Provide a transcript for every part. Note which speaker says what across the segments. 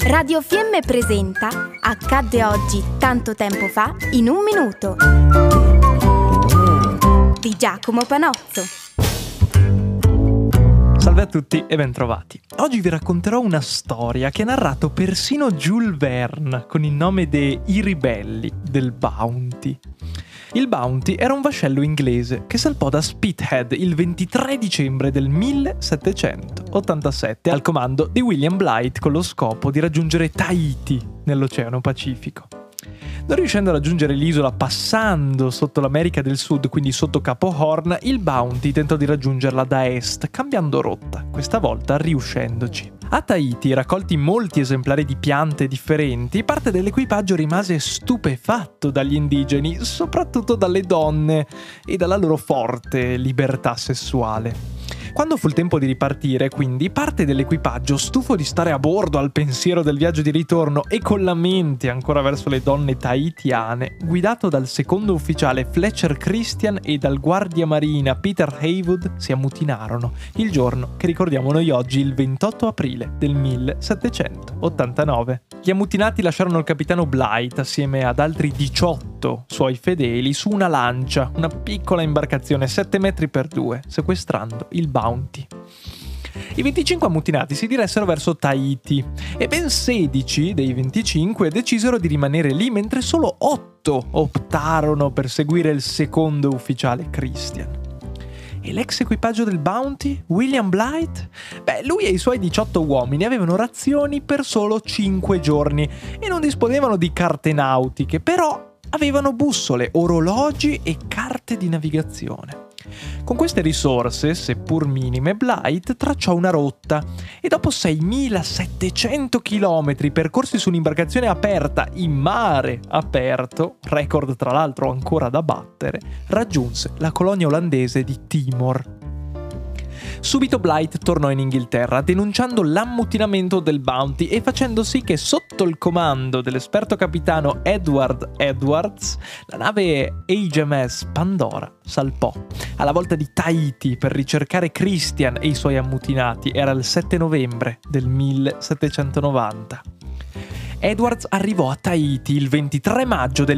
Speaker 1: Radio Fiemme presenta Accadde oggi, tanto tempo fa, in un minuto di Giacomo Panozzo.
Speaker 2: Salve a tutti e bentrovati. Oggi vi racconterò una storia che ha narrato persino Jules Verne con il nome de I ribelli del Bounty. Il Bounty era un vascello inglese che salpò da Spithead il 23 dicembre del 1787 al comando di William Bligh con lo scopo di raggiungere Tahiti nell'Oceano Pacifico. Non riuscendo a raggiungere l'isola passando sotto l'America del Sud, quindi sotto Capo Horn, il Bounty tentò di raggiungerla da est, cambiando rotta, questa volta riuscendoci. A Tahiti, raccolti molti esemplari di piante differenti, parte dell'equipaggio rimase stupefatto dagli indigeni, soprattutto dalle donne e dalla loro forte libertà sessuale. Quando fu il tempo di ripartire, quindi, parte dell'equipaggio, stufo di stare a bordo al pensiero del viaggio di ritorno e con la mente ancora verso le donne tahitiane, guidato dal secondo ufficiale Fletcher Christian e dal guardia marina Peter Heywood, si ammutinarono il giorno che ricordiamo noi oggi, il 28 aprile del 1789. Gli ammutinati lasciarono il capitano Bligh assieme ad altri 18 suoi fedeli su una lancia, una piccola imbarcazione 7 metri per 2, sequestrando il Bounty. I 25 ammutinati si diressero verso Tahiti e ben 16 dei 25 decisero di rimanere lì, mentre solo 8 optarono per seguire il secondo ufficiale Christian. E l'ex equipaggio del Bounty, William Bligh? Lui e i suoi 18 uomini avevano razioni per solo 5 giorni e non disponevano di carte nautiche, però avevano bussole, orologi e carte di navigazione. Con queste risorse, seppur minime, Bligh tracciò una rotta e dopo 6.700 chilometri percorsi su un'imbarcazione aperta in mare aperto, record tra l'altro ancora da battere, raggiunse la colonia olandese di Timor. Subito Bligh tornò in Inghilterra denunciando l'ammutinamento del Bounty e facendo sì che sotto il comando dell'esperto capitano Edward Edwards la nave HMS Pandora salpò alla volta di Tahiti per ricercare Christian e i suoi ammutinati. Era il 7 novembre del 1790. Edwards arrivò a Tahiti il 23 maggio del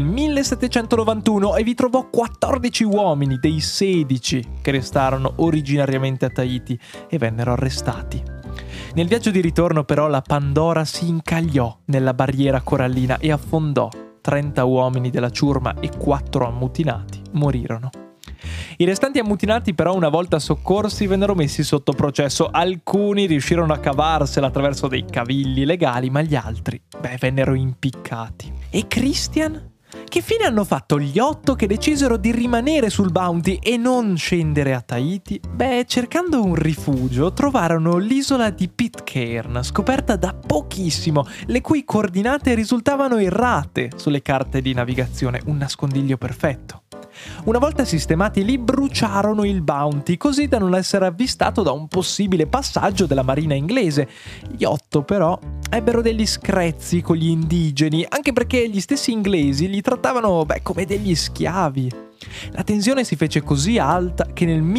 Speaker 2: 1791 e vi trovò 14 uomini dei 16 che restarono originariamente a Tahiti e vennero arrestati. Nel viaggio di ritorno però la Pandora si incagliò nella barriera corallina e affondò. 30 uomini della ciurma e 4 ammutinati morirono. I restanti ammutinati però, una volta soccorsi, vennero messi sotto processo. Alcuni riuscirono a cavarsela attraverso dei cavilli legali, ma gli altri, vennero impiccati. E Christian? Che fine hanno fatto gli 8 che decisero di rimanere sul Bounty e non scendere a Tahiti? Cercando un rifugio, trovarono l'isola di Pitcairn, scoperta da pochissimo, le cui coordinate risultavano errate sulle carte di navigazione, un nascondiglio perfetto. Una volta sistemati lì, bruciarono il Bounty, così da non essere avvistato da un possibile passaggio della marina inglese. Gli 8 però ebbero degli screzi con gli indigeni, anche perché gli stessi inglesi li trattavano come degli schiavi. La tensione si fece così alta che nel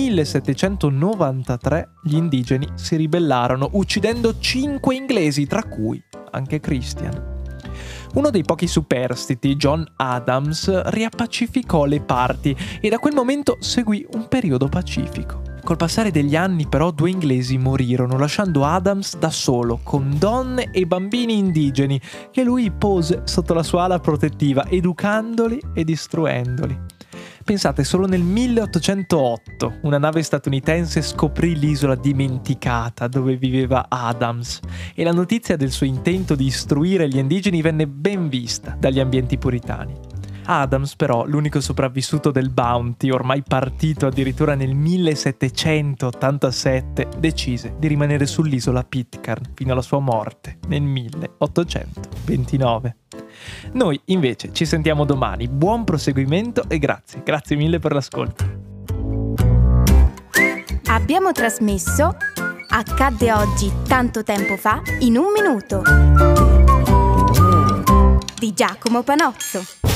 Speaker 2: 1793 gli indigeni si ribellarono, uccidendo 5 inglesi, tra cui anche Christian. Uno dei pochi superstiti, John Adams, riappacificò le parti e da quel momento seguì un periodo pacifico. Col passare degli anni però 2 inglesi morirono, lasciando Adams da solo, con donne e bambini indigeni, che lui pose sotto la sua ala protettiva, educandoli e istruendoli. Pensate, solo nel 1808 una nave statunitense scoprì l'isola dimenticata dove viveva Adams e la notizia del suo intento di istruire gli indigeni venne ben vista dagli ambienti puritani. Adams però, l'unico sopravvissuto del Bounty, ormai partito addirittura nel 1787, decise di rimanere sull'isola Pitcairn fino alla sua morte nel 1829. Noi invece ci sentiamo domani. Buon proseguimento e grazie mille per l'ascolto.
Speaker 1: Abbiamo trasmesso Accadde oggi, tanto tempo fa, in un minuto di Giacomo Panozzo.